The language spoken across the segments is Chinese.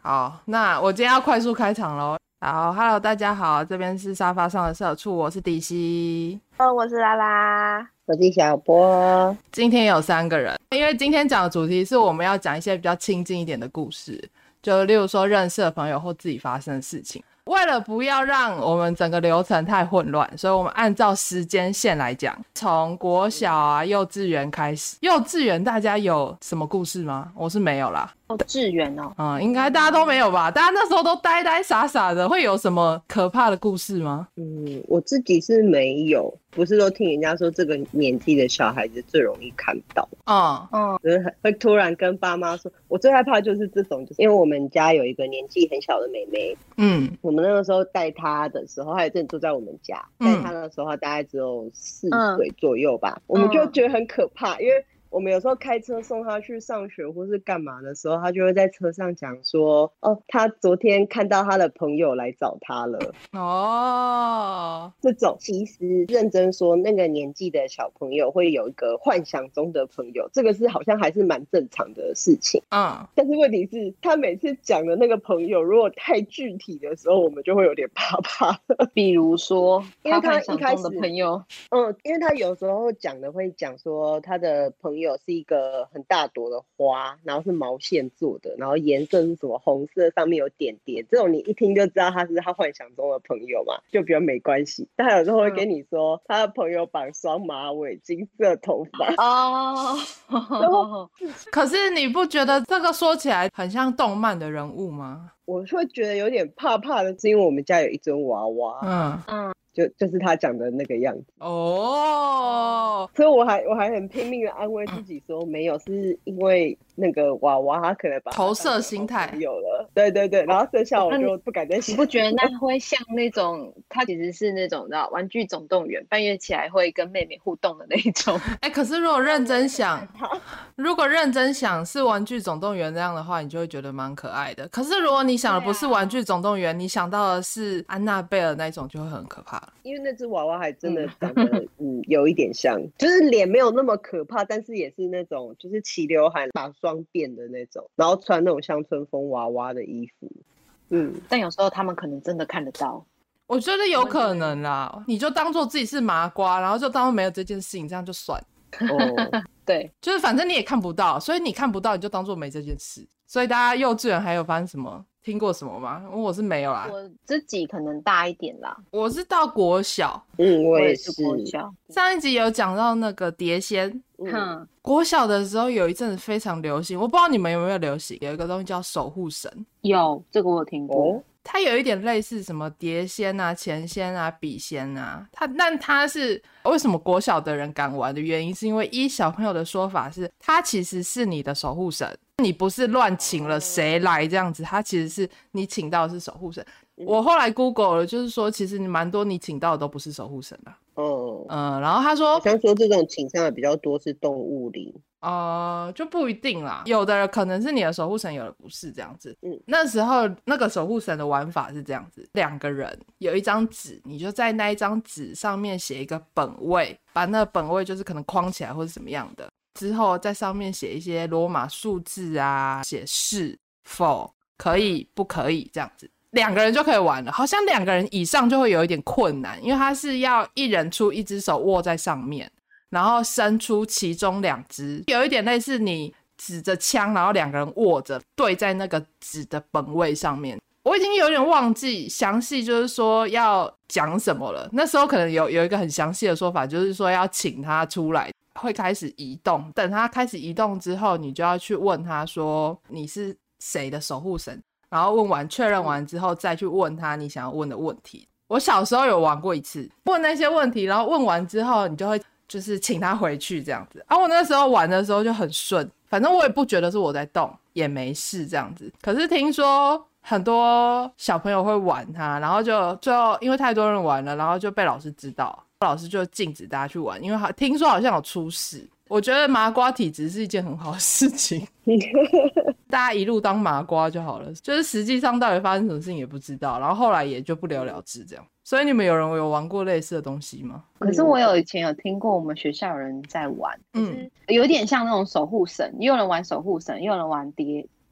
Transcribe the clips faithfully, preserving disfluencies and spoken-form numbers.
好，那我今天要快速开场咯。好 ，Hello， 大家好，这边是沙发上的社畜，我是迪西。 哦，我是拉拉， 我是小波。 今天有三个人，因为今天讲的主题是我们要讲一些比较亲近一点的故事，就例如说认识的朋友或自己发生的事情。为了不要让我们整个流程太混乱，所以我们按照时间线来讲，从国小啊、幼稚园开始。幼稚园大家有什么故事吗？我是没有啦。 幼稚园哦， 嗯，应该大家都没有吧？大家那时候都呆呆傻傻的，会有什么可怕的故事吗？ 嗯，我自己是没有，不是都听人家说这个年纪的小孩子最容易看到， 嗯嗯，就是会突然跟爸妈说，我最害怕就是这种，就是因为我们家有一个年纪很小的妹妹， 嗯， 我们那个时候带她的时候，她也正住在我们家，带她的时候她大概只有四岁左右吧，嗯、我们就觉得很可怕，因为我们有时候开车送他去上学或是干嘛的时候，他就会在车上讲说，哦，他昨天看到他的朋友来找他了。 哦， 这种其实认真说，那个年纪的小朋友会有一个幻想中的朋友，这个是好像还是蛮正常的事情。 嗯， 但是问题是，他每次讲的那个朋友如果太具体的时候，我们就会有点怕怕的。 比如说， 因为他一开始的朋友， 嗯，因为他有时候讲的会讲说他的朋友是一个很大朵的花，然后是毛线做的，然后颜色是什么红色，上面有点点，这种你一听就知道他是他幻想中的朋友嘛，就比较没关系。但他有时候会跟你说，嗯、他的朋友绑双马尾、金色头发哦。 然后可是你不觉得这个说起来很像动漫的人物吗？ 我会觉得有点怕怕的，是因为我们家有一尊娃娃， 嗯嗯。 就就是他讲的那个样子哦， 所以我还我还很拼命的安慰自己说，没有，是因为那个娃娃他可能把投射心态有了，对对对，然后剩下我就不敢再想。 你不觉得那会像那种，他其实是那种的玩具总动员，半夜起来会跟妹妹互动的那种？ 哎、欸，可是如果认真想，如果认真想是玩具总动员那样的话，你就会觉得蛮可爱的。可是如果你想的不是玩具总动员，你想到的是安娜贝尔那种，就会很可怕。 因为那只娃娃还真的长得 嗯, 嗯有一点像，就是脸没有那么可怕，但是也是那种就是齐刘海、打双辫的那种，然后穿那种乡村风娃娃的衣服。嗯， 但有时候他们可能真的看得到。 我觉得有可能啦，你就当做自己是麻瓜，然后就当做没有这件事情，这样就算。 哦， 对， 就是反正你也看不到，所以你看不到你就当做没这件事。所以大家幼稚园还有发生什么？听过什么吗？我是没有啦。 我自己可能大一点啦。 我是到国小， 嗯，我也是国小。 上一集有讲到那个碟仙， 嗯， 国小的时候有一阵子非常流行，我不知道你们有没有流行，有一个东西叫守护神。 有，这个我有听过。 哦， 它有一点类似什么碟仙啊、钱仙啊、笔仙啊，它但它是为什么国小的人敢玩的原因，是因为依小朋友的说法是，它其实是你的守护神，你不是乱请了谁来这样子，它其实是你请到的是守护神。我后来 Google 了，就是说其实你蛮多你请到的都不是守护神啦。 哦， 嗯，然后他说， 好像说这种倾向的比较多是动物灵。 呃，就不一定啦，有的人可能是你的守护神，有的不是这样子。 嗯， 那时候那个守护神的玩法是这样子，两个人有一张纸，你就在那一张纸上面写一个本位，把那个本位就是可能框起来或者什么样的，之后在上面写一些罗马数字啊，写是否可以不可以这样子，两个人就可以玩了。好像两个人以上就会有一点困难，因为他是要一人出一只手握在上面，然后伸出其中两只，有一点类似你指着枪，然后两个人握着对在那个纸的本位上面。我已经有点忘记详细就是说要讲什么了，那时候可能有有一个很详细的说法，就是说要请他出来，会开始移动，等他开始移动之后，你就要去问他说你是谁的守护神，然后问完确认完之后再去问他你想要问的问题。我小时候有玩过一次，问那些问题，然后问完之后你就会就是请他回去这样子啊。我那时候玩的时候就很顺，反正我也不觉得是我在动，也没事这样子。可是听说很多小朋友会玩它，然后就最后因为太多人玩了，然后就被老师知道，老师就禁止大家去玩，因为听说好像有出事。我觉得麻瓜体质是一件很好的事情大家一路当麻瓜就好了，就是实际上到底发生什么事情也不知道，然后后来也就不了了之这样。所以你们有人有玩过类似的东西吗？ 可是我有以前有听过我们学校有人在玩， 嗯， 有点像那种守护神，也有人玩守护神，也有人玩碟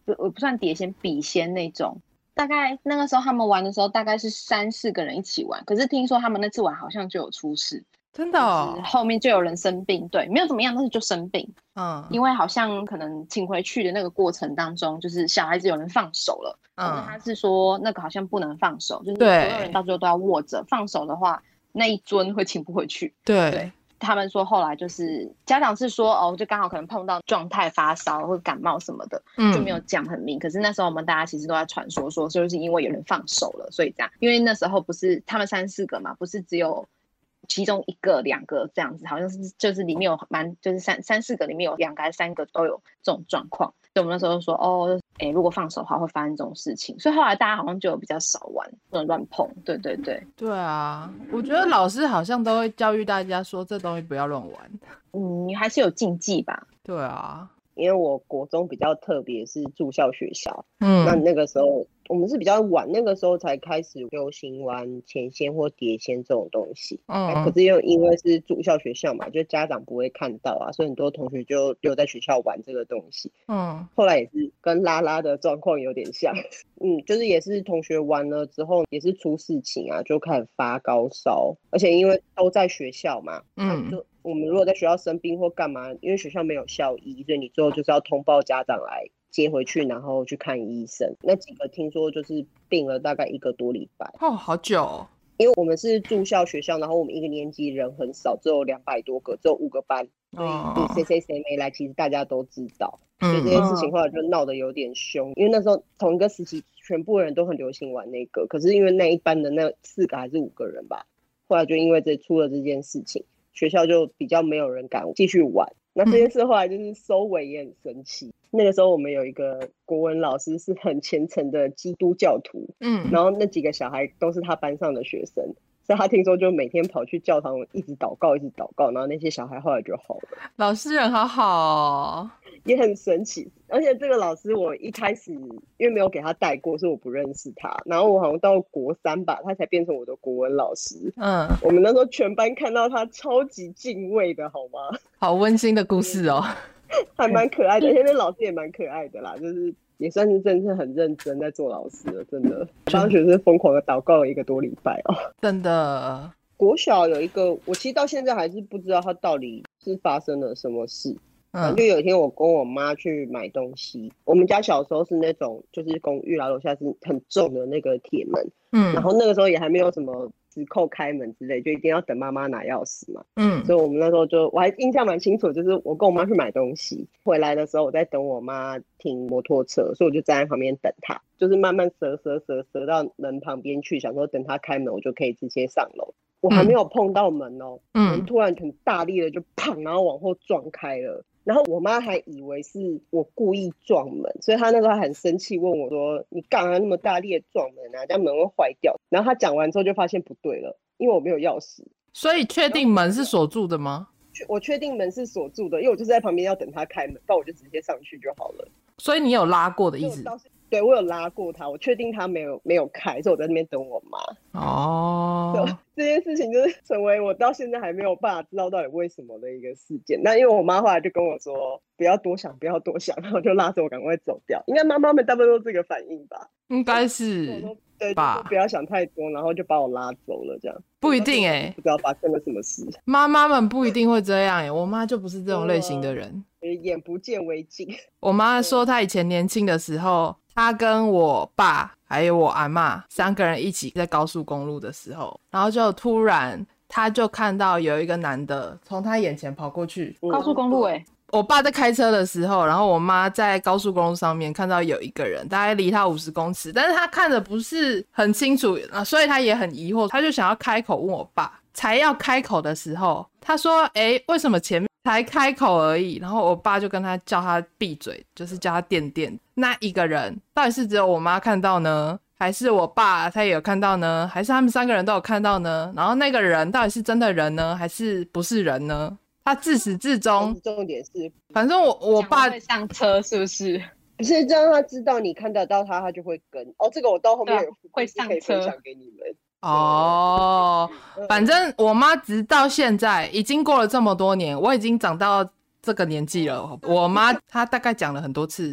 不不算碟仙，笔仙那种。大概那个时候他们玩的时候，大概是三四个人一起玩，可是听说他们那次玩好像就有出事。 真的哦， 后面就有人生病，对，没有怎么样，但是就生病。 嗯， 因为好像可能请回去的那个过程当中，就是小孩子有人放手了，嗯，可是他是说那个好像不能放手，就是所有人到最后都要握着，放手的话，那一尊会请不回去。 对。 对，他们说后来就是家长是说哦，就刚好可能碰到状态发烧或感冒什么的，嗯，就没有讲很明。可是那时候我们大家其实都在传说说，就是因为有人放手了，所以这样。因为那时候不是他们三四个嘛，不是只有其中一个两个这样子，好像是就是里面有蛮就是三三四个里面有两个还是三个都有这种状况。所以我们那时候就说哦，哎，如果放手的话会发生这种事情，所以后来大家好像就有比较少玩，不能乱碰。对对对， 对啊，我觉得老师好像都会教育大家说这东西不要乱玩。 嗯，你还是有禁忌吧？ 对啊， 因为我国中比较特别，是住校学校，嗯，那那个时候我们是比较晚，那个时候才开始流行玩钱仙或碟仙这种东西，嗯，可是又因为是住校学校嘛，就家长不会看到啊，所以很多同学就留在学校玩这个东西，嗯，后来也是跟拉拉的状况有点像，嗯，就是也是同学玩了之后也是出事情啊，就开始发高烧，而且因为都在学校嘛，嗯，就我们如果在学校生病或干嘛，因为学校没有校医，所以你最后就是要通报家长来接回去，然后去看医生。那几个听说就是病了大概一个多礼拜。 哦，好久哦。 因为我们是住校学校，然后我们一个年级人很少，只有两百多个，只有五个班，所以你谁谁谁没来，其实大家都知道。所以这件事情后来就闹得有点凶，因为那时候同一个时期全部人都很流行玩那个，可是因为那一班的那四个还是五个人吧，后来就因为这出了这件事情，学校就比较没有人敢继续玩。那这件事后来就是收尾也很神奇，嗯，那个时候我们有一个国文老师是很虔诚的基督教徒，嗯，然后那几个小孩都是他班上的学生，所以他听说就每天跑去教堂一直祷告一直祷告，然后那些小孩后来就好了。 老师人好好哦， 也很神奇。而且这个老师我一开始因为没有给他带过，所以我不认识他，然后我好像到国三吧他才变成我的国文老师。嗯，我们那时候全班看到他超级敬畏的好吗？ 好温馨的故事哦。 还蛮可爱的，而且那老师也蛮可爱的啦，就是也算是真的很认真在做老师了，真的当学生疯狂的祷告了一个多礼拜哦， 真的。 国小有一个我其实到现在还是不知道他到底是发生了什么事，反正就有一天我跟我妈去买东西，我们家小时候是那种就是公寓啦，楼下是很重的那个铁门，嗯，然后那个时候也还没有什么磁扣开门之类，就一定要等妈妈拿钥匙嘛，嗯，所以我们那时候就我还印象蛮清楚，就是我跟我妈去买东西，回来的时候我在等我妈停摩托车，所以我就站在旁边等她，就是慢慢折折折折到门旁边去，想说等她开门我就可以直接上楼。我还没有碰到门哦，嗯，门突然很大力的就砰，然后往后撞开了。然后我妈还以为是我故意撞门，所以她那时候还很生气，问我说：“你干嘛那么大力的撞门啊？这样门会坏掉。”然后她讲完之后就发现不对了，因为我没有钥匙。 所以确定门是锁住的吗？ 我确定门是锁住的，因为我就是在旁边要等她开门，不然我就直接上去就好了。 所以你有拉过的意思？ 对，我有拉过她，我确定她没有没有开，所以我在那边等我妈。哦，这件事情就是成为我到现在还没有办法知道到底为什么的一个事件。那因为我妈后来就跟我说不要多想不要多想，然后就拉着我赶快走掉。应该妈妈们大部分都这个反应吧？ 应该是对吧，就不要想太多，然后就把我拉走了这样。 不一定哎、欸， 不知道发生了什么事。 妈妈们不一定会这样哎、欸，我妈就不是这种类型的人， 眼不见为净。 我妈说她以前年轻的时候，她跟我爸还有我阿嬷三个人一起在高速公路的时候，然后就突然她就看到有一个男的从她眼前跑过去， 高速公路哎、欸。 我爸在开车的时候，然后我妈在高速公路上面看到有一个人，大概离他五十公尺，但是他看的不是很清楚，所以他也很疑惑，他就想要开口问我爸。才要开口的时候，他说：“哎，为什么前面才开口而已？”然后我爸就跟他叫他闭嘴，就是叫他垫垫。那一个人到底是只有我妈看到呢，还是我爸他也有看到呢，还是他们三个人都有看到呢？然后那个人到底是真的人呢，还是不是人呢？他自始至终， 重点是， 反正我我爸会上车是不是？ 不是这样，他知道你看得到他，他就会跟。哦，这个我到后面会上车，可以分享给你们。 哦，反正我妈直到现在已经过了这么多年，我已经长到这个年纪了。我妈她大概讲了很多次，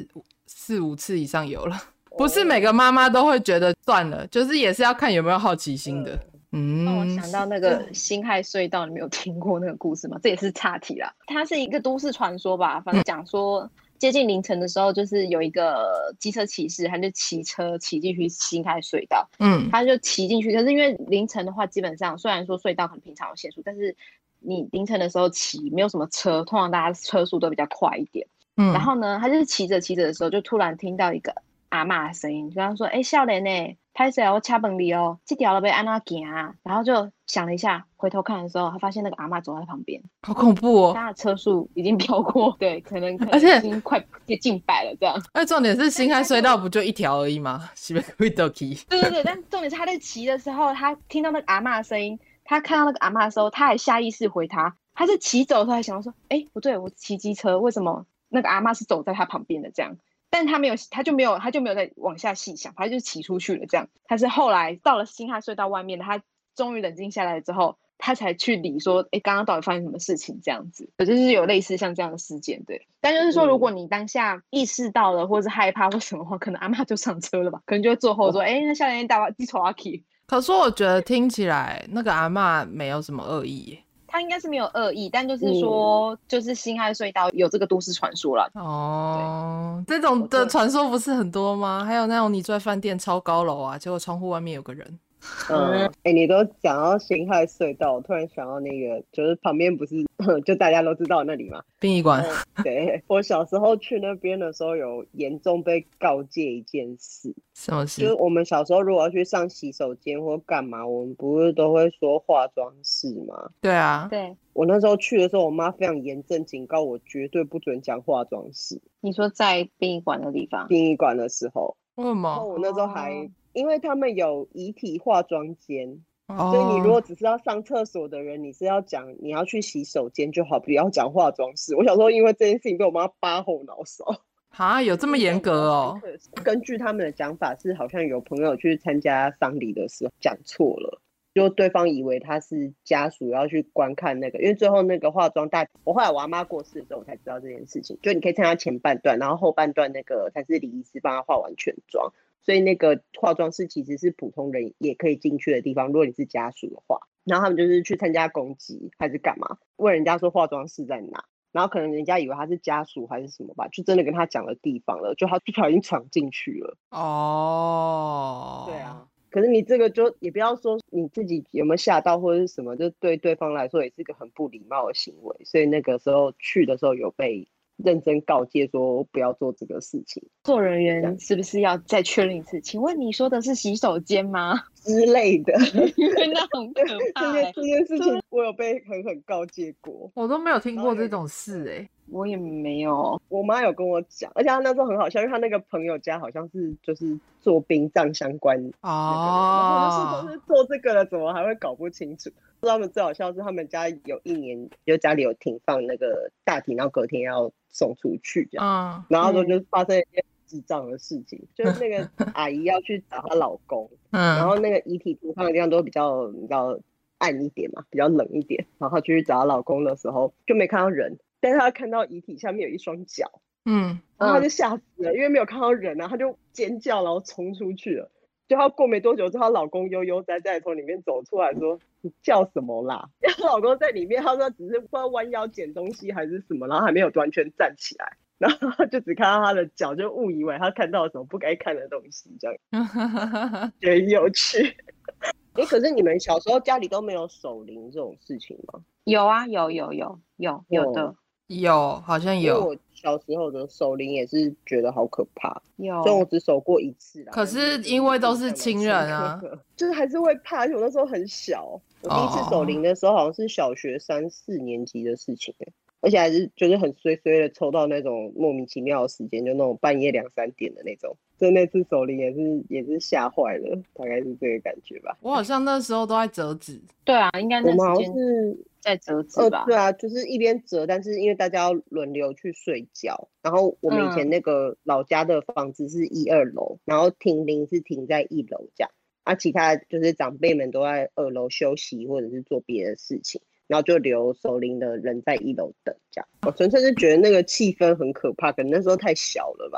四五次以上有了。不是每个妈妈都会觉得算了，就是也是要看有没有好奇心的。嗯， 让我想到那个辛亥隧道，你没有听过那个故事吗？这也是岔题啦，它是一个都市传说吧，反正讲说接近凌晨的时候，就是有一个机车骑士，他就骑车骑进去辛亥隧道，嗯，他就骑进去，可是因为凌晨的话，基本上虽然说隧道可能平常有限速，但是你凌晨的时候骑没有什么车，通常大家车速都比较快一点，嗯，然后呢，他就是骑着骑着的时候，就突然听到一个阿嬷的声音，就他说：“哎、欸，少年呢？拍谁我掐本里哦，这条路要安怎行啊？”然后就想了一下，回头看的时候，他发现那个阿嬷走在旁边， 好恐怖哦！ 他的车速已经飙过，对，可能可能已经快接近百了这样。 而且重点是辛亥隧道不就一条而已吗？是不是会都骑？ 对对对，但重点是他在骑的时候，他听到那个阿嬷的声音，他看到那个阿嬷的时候，他还下意识回他，他是骑走的时候还想到说：“哎、欸，不对，我骑机车，为什么那个阿嬷是走在他旁边的这样？”但他没有，他就没有，他就没有再往下细想，他就骑出去了。这样，他是后来到了辛亥隧道外面，他终于冷静下来之后，他才去理说，哎，刚刚到底发生什么事情？这样子，就是有类似像这样的事件，对。但就是说，如果你当下意识到了，或是害怕或什么话，可能阿嬷就上车了吧，可能就会坐后说，哎、哦，那少年大把地拖阿 k。 可是我觉得听起来那个阿嬷没有什么恶意耶。 他应该是没有恶意，但就是说，嗯、就是辛亥隧道有这个都市传说了。 哦，这种的传说不是很多吗？还有那种你住在饭店超高楼啊，结果窗户外面有个人。 嗯，哎、欸，你都讲到辛亥隧道，我突然想到那个，就是旁边不是就大家都知道那里嘛， 殡仪馆。 对，我小时候去那边的时候，有严重被告诫一件事。 什么事？ 就是我们小时候如果要去上洗手间或干嘛，我们不是都会说化妆室吗？ 对啊， 对。 我那时候去的时候，我妈非常严正警告我，绝对不准讲化妆室。 你说在殡仪馆的地方？ 殡仪馆的时候。 为什么？ 然后我那时候还、哦、因为他们有遗体化妆间、哦，所以你如果只是要上厕所的人，你是要讲你要去洗手间就好，不要讲化妆室。我小时候因为这件事情被我妈扒后脑勺。 啊，有这么严格哦？ 根据他们的讲法是，好像有朋友去参加丧礼的时候讲错了。就对方以为他是家属要去观看那个，因为最后那个化妆大，我后来我阿妈过世的时候我才知道这件事情。就你可以参加前半段，然后后半段那个才是礼仪师帮他化完全妆，所以那个化妆室其实是普通人也可以进去的地方，如果你是家属的话。然后他们就是去参加公祭还是干嘛，问人家说化妆室在哪，然后可能人家以为他是家属还是什么吧，就真的跟他讲了地方了，就他不小心闯进去了。 哦， 对啊。可是你这个就也不要说你自己有没有吓到或者是什么，就对对方来说也是一个很不礼貌的行为，所以那个时候去的时候有被认真告诫说不要做这个事情。 工作人员是不是要再确认一次？请问你说的是洗手间吗？ 之类的， 因为那很可怕、 欸。这件事情我有被狠狠告诫过， 我都没有听过这种事哎、欸。 我也没有， 我妈有跟我讲，而且她那时候很好笑，因为她那个朋友家好像是就是做殡葬相关哦，然后就是都是做这个的，怎么还会搞不清楚？他们最好笑是他们家有一年就家里有停放那个大体，然后隔天要送出去这样，嗯、然后就发生一件智障的事情，就是那个阿姨要去找她老公，嗯，然后那个遗体停放的地方都比较比较暗一点嘛，比较冷一点，然后她去找她老公的时候就没看到人。但是他看到遗体下面有一双脚，嗯，然后他就吓死了，因为没有看到人啊，他就尖叫，然后冲出去了。就他过没多久之后，她老公悠悠哉哉从里面走出来说：“你叫什么啦？”她老公在里面，他说只是不知道弯腰捡东西还是什么，然后还没有完全站起来，然后就只看到他的脚，就误以为他看到了什么不该看的东西，这样觉得有趣。哎、欸，可是你们小时候家里都没有守灵这种事情吗？ 有啊，有有有有有的。 有，好像有。 因为我小时候的守灵也是觉得好可怕， 有， 虽然我只守过一次啦。 可是因为都是亲人啊， 就是还是会怕，而且我那时候很小。我第一次守灵的时候好像是小学三四年级的事情、欸，而且还是就是很衰衰的抽到那种莫名其妙的时间，就那种半夜两三点的那种。所以那次守灵也是也是吓坏了，大概是这个感觉吧。 我好像那时候都在折纸。 对啊，应该那时间我们好像是在折纸吧、 呃？对啊，就是一边折，但是因为大家要轮流去睡觉，然后我们以前那个老家的房子是一二楼，然后停灵是停在一楼这样，啊，其他就是长辈们都在二楼休息或者是做别的事情，然后就留守灵的人在一楼等这样。我纯粹是觉得那个气氛很可怕，可能那时候太小了吧。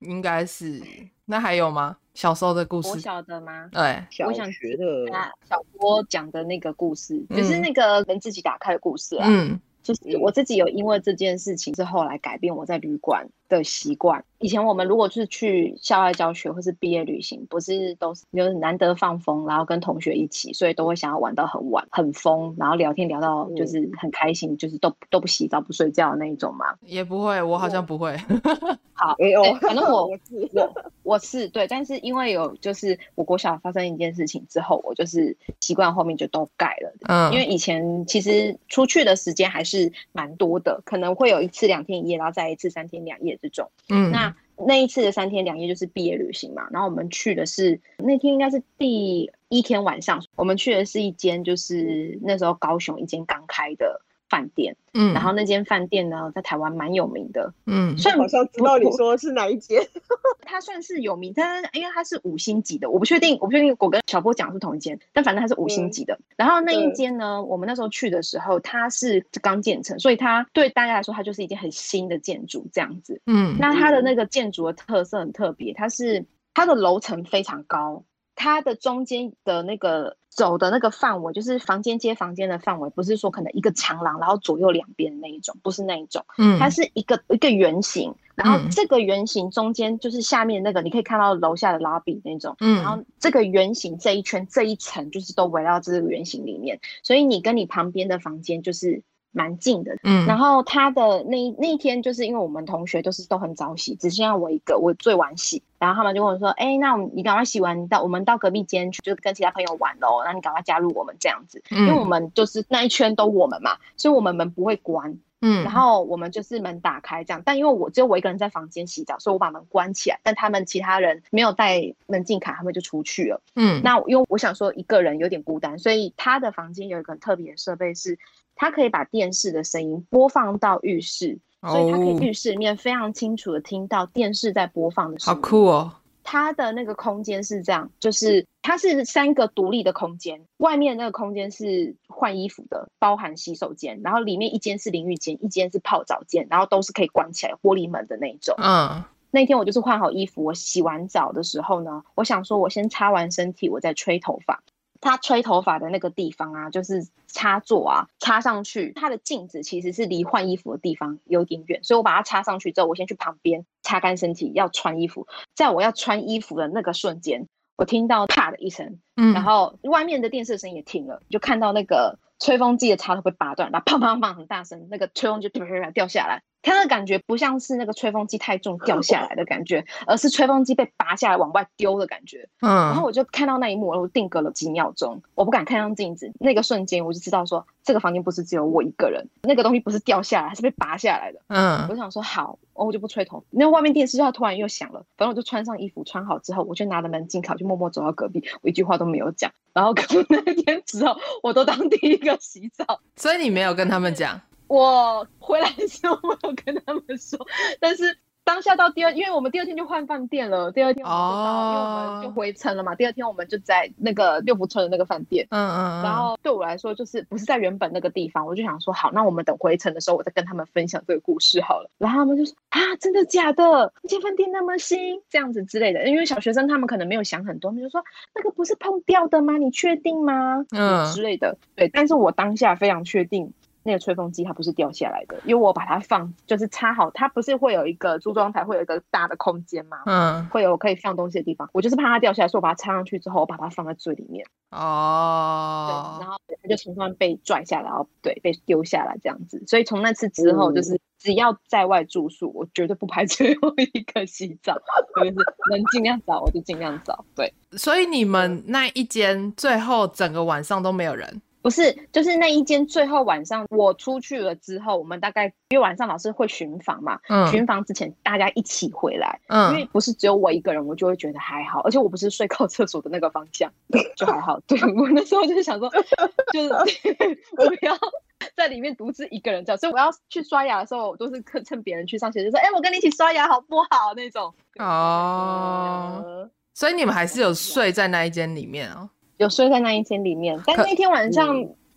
应该是。那还有吗？小时候的故事？ 我小的吗？ 对， 小学的小波讲的那个故事，嗯、就是那个人自己打开的故事啊。 嗯， 就是我自己有因为这件事情是后来改变我在旅馆的习惯。以前我们如果是去校外教学或是毕业旅行，不是都是就是难得放风，然后跟同学一起，所以都会想要玩到很晚很疯，然后聊天聊到就是很开心，就是都都不洗澡不睡觉的那一种嘛。 也不会，我好像不会。 好， 没有， 反正我我是我我是对，但是因为有就是我国小发生一件事情之后，我就是习惯后面就都改了。嗯，因为以前其实出去的时间还是蛮多的，可能会有一次两天一夜，然后再一次三天两夜这种。嗯，那那一次的三天两夜就是毕业旅行嘛，然后我们去的是那天应该是第一天晚上，我们去的是一间就是那时候高雄一间刚开的饭店。嗯，然后那间饭店呢，在台湾蛮有名的。嗯， 我好像知道你说的是哪一间。 它算是有名，但因为它是五星级的，我不确定，我不确定我跟小波讲的是同一间，但反正它是五星级的。嗯、然后那一间呢，我们那时候去的时候，它是刚建成，所以它对大家来说，它就是一间很新的建筑这样子。嗯，那它的那个建筑的特色很特别，它是它的楼层非常高。它的中间的那个走的那个范围，就是房间接房间的范围，不是说可能一个长廊，然后左右两边的那一种，不是那一种，嗯，它是一个一个圆形，然后这个圆形中间就是下面那个，你可以看到楼下的 lobby 那种，嗯，然后这个圆形这一圈这一层就是都围绕这个圆形里面，所以你跟你旁边的房间就是蛮近的，嗯，然后他的那那一天就是因为我们同学都是都很早洗，只剩下我一个，我最晚洗。然后他们就跟我说：“哎、欸，那我们你赶快洗完，到我们到隔壁间去，就跟其他朋友玩喽。那你赶快加入我们这样子，嗯、因为我们就是那一圈都我们嘛，所以我们门不会关，嗯，然后我们就是门打开这样。但因为我只有我一个人在房间洗澡，所以我把门关起来。但他们其他人没有带门禁卡，他们就出去了。嗯，那因为我想说一个人有点孤单，所以他的房间有一个很特别的设备是，他可以把电视的声音播放到浴室。”所以他可以浴室里面非常清楚的听到电视在播放的声音。 好酷哦！ 它的那个空间是这样，就是它是三个独立的空间，外面那个空间是换衣服的，包含洗手间，然后里面一间是淋浴间，一间是泡澡间，然后都是可以关起来玻璃门的那一种。嗯。那天我就是换好衣服，我洗完澡的时候呢，我想说我先擦完身体，我再吹头发。他吹头发的那个地方啊，就是插座啊，插上去，它的镜子其实是离换衣服的地方有点远，所以我把它插上去之后，我先去旁边擦干身体，要穿衣服。在我要穿衣服的那个瞬间，我听到啪的一声，嗯，然后外面的电视声也停了，就看到那个吹风机的插头被拔断，然后砰砰砰很大声，那个吹风机就掉下来。它的感觉不像是那个吹风机太重掉下来的感觉，而是吹风机被拔下来往外丢的感觉。嗯，然后我就看到那一幕，我定格了几秒钟，我不敢看上镜子。那个瞬间，我就知道说，这个房间不是只有我一个人，那个东西不是掉下来，是被拔下来的。嗯，我就想说好，我就不吹头。那外面电视就突然又响了，反正我就穿上衣服，穿好之后，我就拿着门禁卡，就默默走到隔壁，我一句话都没有讲。然后可能那天之后，我都当第一个洗澡。 所以你没有跟他们讲？ 我回来的时候我有跟他们说，但是当下到第二，因为我们第二天就换饭店了，第二天我们就到， oh. 因为我们就回程了嘛。第二天我们就在那个六福村的那个饭店，嗯嗯，然后对我来说就是不是在原本那个地方，我就想说好，那我们等回程的时候我再跟他们分享这个故事好了。然后他们就说啊，真的假的？那间饭店那么新，这样子之类的。因为小学生他们可能没有想很多，他们就说那个不是碰掉的吗？你确定吗？嗯之类的。对，但是我当下非常确定。那个吹风机它不是掉下来的，因为我把它放就是插好，它不是会有一个梳妆台会有一个大的空间吗？嗯，会有可以放东西的地方，我就是怕它掉下来，所以我把它插上去之后，我把它放在最里面。哦，对，然后它就从上被拽下来，然后对被丢下来这样子。所以从那次之后，就是只要在外住宿，我绝对不排最后一个洗澡，就是能尽量早我就尽量早。对， 所以你们那一间最后整个晚上都没有人？ 不是，就是那一间最后晚上我出去了之后，我们大概因为晚上老师会巡房嘛，嗯，巡房之前大家一起回来，嗯，因为不是只有我一个人，我就会觉得还好，而且我不是睡靠厕所的那个方向，就还好。对，我那时候就是想说，就是我不要在里面独自一个人这样，所以我要去刷牙的时候，我都是趁别人去上学就说，哎、欸，我跟你一起刷牙好不好那种。哦、 呃，所以你们还是有睡在那一间里面哦。 有睡在那一间里面，但那天晚上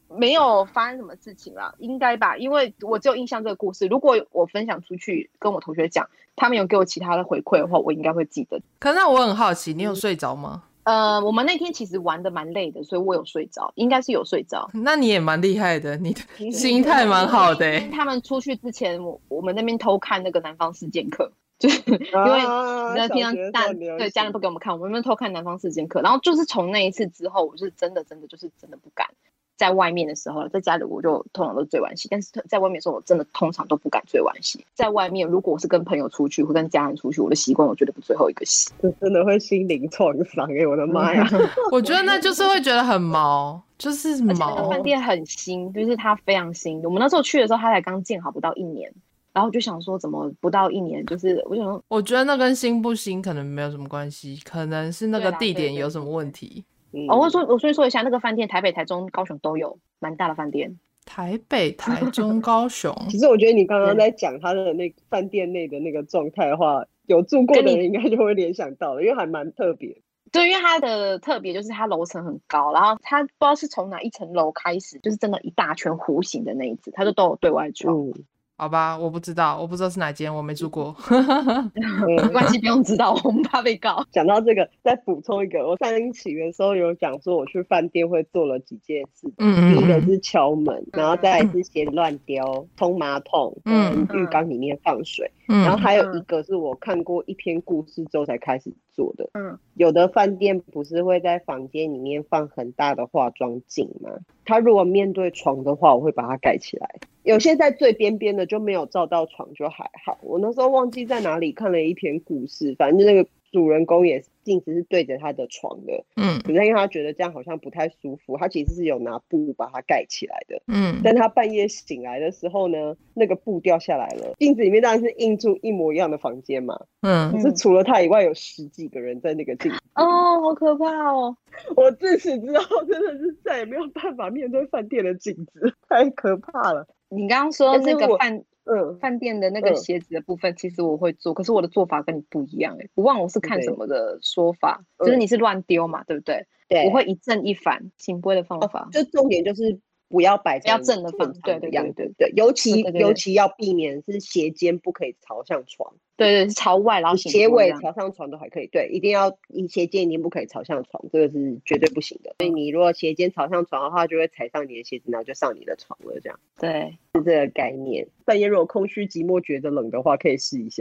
没有发生什么事情啦，应该吧？因为我只有印象这个故事。如果我分享出去跟我同学讲，他们有给我其他的回馈的话，我应该会记得。 可是那我很好奇，你有睡着吗？ 呃，我们那天其实玩的蛮累的，所以我有睡着，应该是有睡着。 那你也蛮厉害的，你的心态蛮好的、欸。 他们出去之前，我我们那边偷看那个南方四剑客，就是因为你知道平常大对家人不给我们看，我们那边偷看南方四剑客。然后就是从那一次之后，我是真的真的就是真的不敢。在外面的时候，在家里我就通常都追完戏，但是在外面的时候，我真的通常都不敢追完戏。在外面，如果我是跟朋友出去或跟家人出去，我的习惯我绝对不最后一个戏， 这真的会心灵创伤哎！我的妈呀！ 我觉得那就是会觉得很毛，就是毛。而且那个饭店很新，就是它非常新。我们那时候去的时候，它才刚建好不到一年，然后我就想说，怎么不到一年？就是我想说， 我觉得那跟新不新可能没有什么关系，可能是那个地点有什么问题。 哦，我说我所以说一下，那个饭店台北、台中、高雄都有，蛮大的饭店。 台北、台中、高雄。 其实我觉得你刚刚在讲他的那饭店内的那个状态的话，有住过的人应该就会联想到了，因为还蛮特别。 对，因为它的特别就是它楼层很高，然后它不知道是从哪一层楼开始，就是真的一大圈弧形的那一只，它就都有对外窗。 嗯好吧，我不知道，我不知道是哪间，我没住过。 没关系，不用知道，我们怕被告。 讲到这个，再补充一个，我上一期的时候有讲说，我去饭店会做了几件事。嗯第一个是敲门，然后再来是先乱丢、冲马桶、嗯，浴缸里面放水。嗯，然后还有一个是我看过一篇故事之后才开始做的。嗯，有的饭店不是会在房间里面放很大的化妆镜吗？它如果面对床的话，我会把它盖起来。有些在最边边的就没有照到床就还好。我那时候忘记在哪里看了一篇故事，反正那个主人公也是镜子是对着他的床的，嗯，可是因为他觉得这样好像不太舒服，他其实是有拿布把它盖起来的，嗯，但他半夜醒来的时候呢，那个布掉下来了，镜子里面当然是映出一模一样的房间嘛，嗯，可是除了他以外有十几个人在那个镜子， 哦，好可怕哦！ 我自此之后真的是再也没有办法面对饭店的镜子，太可怕了。 你刚刚说那个饭嗯饭店的那个鞋子的部分，其实我会做，可是我的做法跟你不一样哎、欸，我忘了我是看什么的说法，就是你是乱丢嘛，对不对？对，我会一正一反，醒杯的方法， 哦、就重点就是不要摆不要正的放，对对对对对，尤其尤其要避免是鞋尖不可以朝向床。 对对，是朝外，然后鞋尾朝上床都还可以。对，一定要你鞋尖一定不可以朝向床，这个是绝对不行的。所以你如果鞋尖朝向床的话，就会踩上你的鞋子，然后就上你的床了。这样， 对， 是这个概念。半夜如果空虚寂寞觉得冷的话，可以试一下。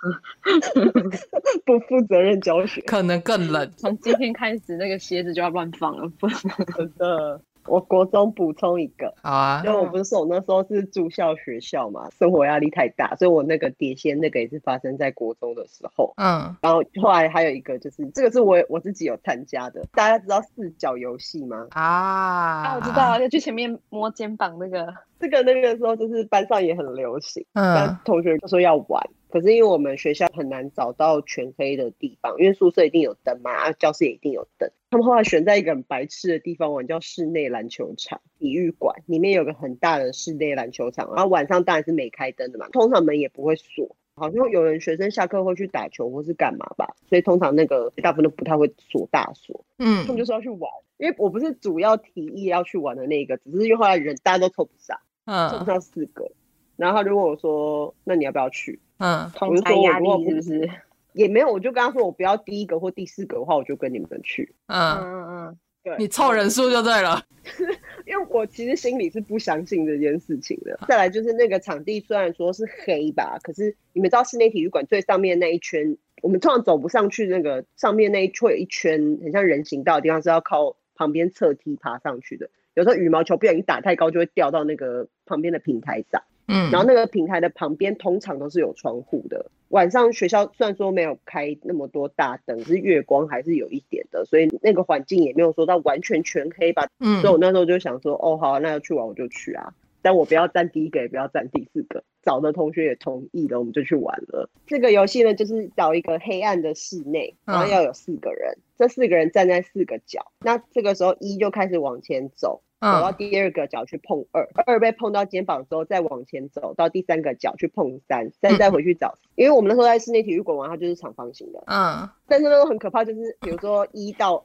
不负责任教学， 可能更冷。 从今天开始，那个鞋子就要乱放了，不真的。我国中补充一个， 好啊， 因为我不是说我那时候是住校学校嘛，生活压力太大，所以我那个碟仙那个也是发生在国中的时候。嗯，然后后来还有一个就是这个是我我自己有参加的，大家知道四角游戏吗？ 啊啊，我知道，就去前面摸肩膀那个， 这个那个时候就是班上也很流行，嗯，但同学就说要玩。可是因为我们学校很难找到全黑的地方，因为宿舍一定有灯嘛，啊，教室也一定有灯。他们后来选在一个很白痴的地方玩，叫室内篮球场体育馆，里面有个很大的室内篮球场，然后晚上当然是没开灯的嘛，通常门也不会锁，好像有人学生下课会去打球或是干嘛吧，所以通常那个大部分都不太会锁大锁。嗯，他们就说要去玩，因为我不是主要提议要去玩的那个，只是因为后来人大家都凑不上，嗯，凑不上四个，然后他就问我说：“那你要不要去？” 嗯，同才压力是不是？ 也没有，我就跟他说我不要第一个或第四个的话，我就跟你们去。 嗯嗯嗯，对，你凑人数就对了。 因为我其实心里是不相信这件事情的。再来就是那个场地虽然说是黑吧，可是你们知道室内体育馆最上面那一圈，我们通常走不上去，那个上面那一会有一圈很像人行道的地方是要靠旁边侧梯爬上去的。有时候羽毛球不小心打太高，就会掉到那个旁边的平台上。嗯，然后那个平台的旁边通常都是有窗户的。晚上学校虽然说没有开那么多大灯，可是月光还是有一点的，所以那个环境也没有说到完全全黑吧。嗯，所以我那时候就想说，哦，好，那要去玩我就去啊，但我不要站第一个，也不要站第四个。找的同学也同意了，我们就去玩了。这个游戏呢，就是找一个黑暗的室内，然后要有四个人，嗯、这四个人站在四个角。那这个时候一就开始往前走。走到第二个角去碰二，二被碰到肩膀之后再往前走到第三个角去碰三，三再回去找。因为我们那时候在室内体育馆玩，它就是长方形的。嗯。但是那个很可怕，就是比如说一到二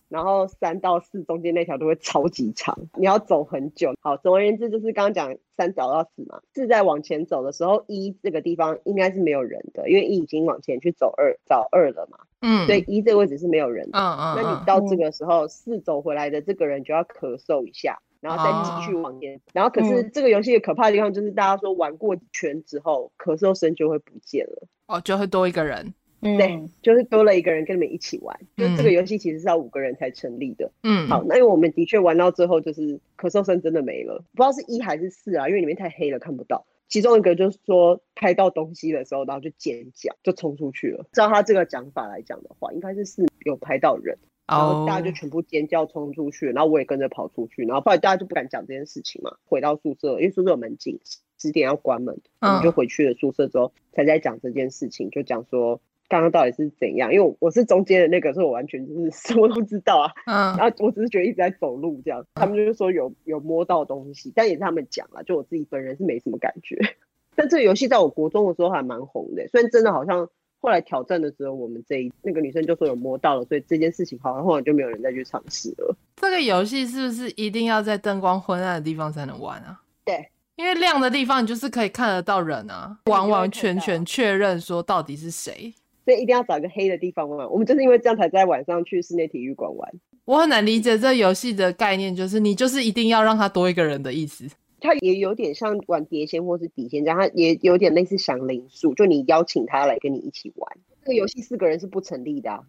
然后三到四中间那条都会超级长，你要走很久。好，总而言之就是刚刚讲三找到四嘛，四在往前走的时候，一这个地方应该是没有人的，因为一已经往前去走二找二了嘛，嗯，所以一这个位置是没有人的。嗯嗯，那你到这个时候四走回来的这个人就要咳嗽一下，然后再继续往前、哦、然后可是这个游戏的可怕的地方就是大家说玩过圈之后咳嗽声就会不见了， 哦，就会多一个人。 对，就是多了一个人跟你们一起玩，嗯、就这个游戏其实是要五个人才成立的。嗯，好，那因为我们的确玩到最后就是咳嗽声真的没了，不知道是一还是四啊，因为里面太黑了看不到。其中一个就是说拍到东西的时候，然后就尖叫，就冲出去了。照他这个讲法来讲的话，应该是四有拍到人，然后大家就全部尖叫冲出去，然后我也跟着跑出去，然后后来大家就不敢讲这件事情嘛，回到宿舍，因为宿舍有门禁，十点要关门，我们就回去了宿舍之后才在讲这件事情，就讲说刚刚到底是怎样，因为我是中间的那个，所以我完全就是什么都知道啊。嗯，然后我只是觉得一直在走路这样，他们就是说有有摸到东西，但也是他们讲啦，就我自己本人是没什么感觉。但这个游戏在我国中的时候还蛮红的，虽然真的好像后来挑战的时候，我们这一那个女生就说有摸到了，所以这件事情好像后来就没有人再去尝试了。 这个游戏是不是一定要在灯光昏暗的地方才能玩啊？ 对。 因为亮的地方你就是可以看得到人啊，完完全全确认说到底是谁， 所以一定要找一个黑的地方玩。我们就是因为这样才在晚上去室内体育馆玩。 我很难理解这游戏的概念，就是你就是一定要让它多一个人的意思。 它也有点像玩碟仙或是笔仙这样，它也有点类似响铃树，就你邀请他来跟你一起玩。这个游戏四个人是不成立的啊。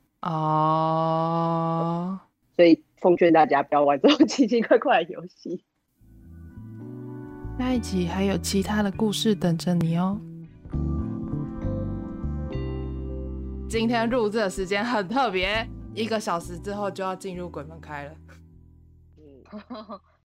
哦，所以奉劝大家不要玩这种奇奇怪怪的游戏。 下一集还有其他的故事等着你哦。今天录制的时间很特别，一个小时之后就要进入鬼门开了。嗯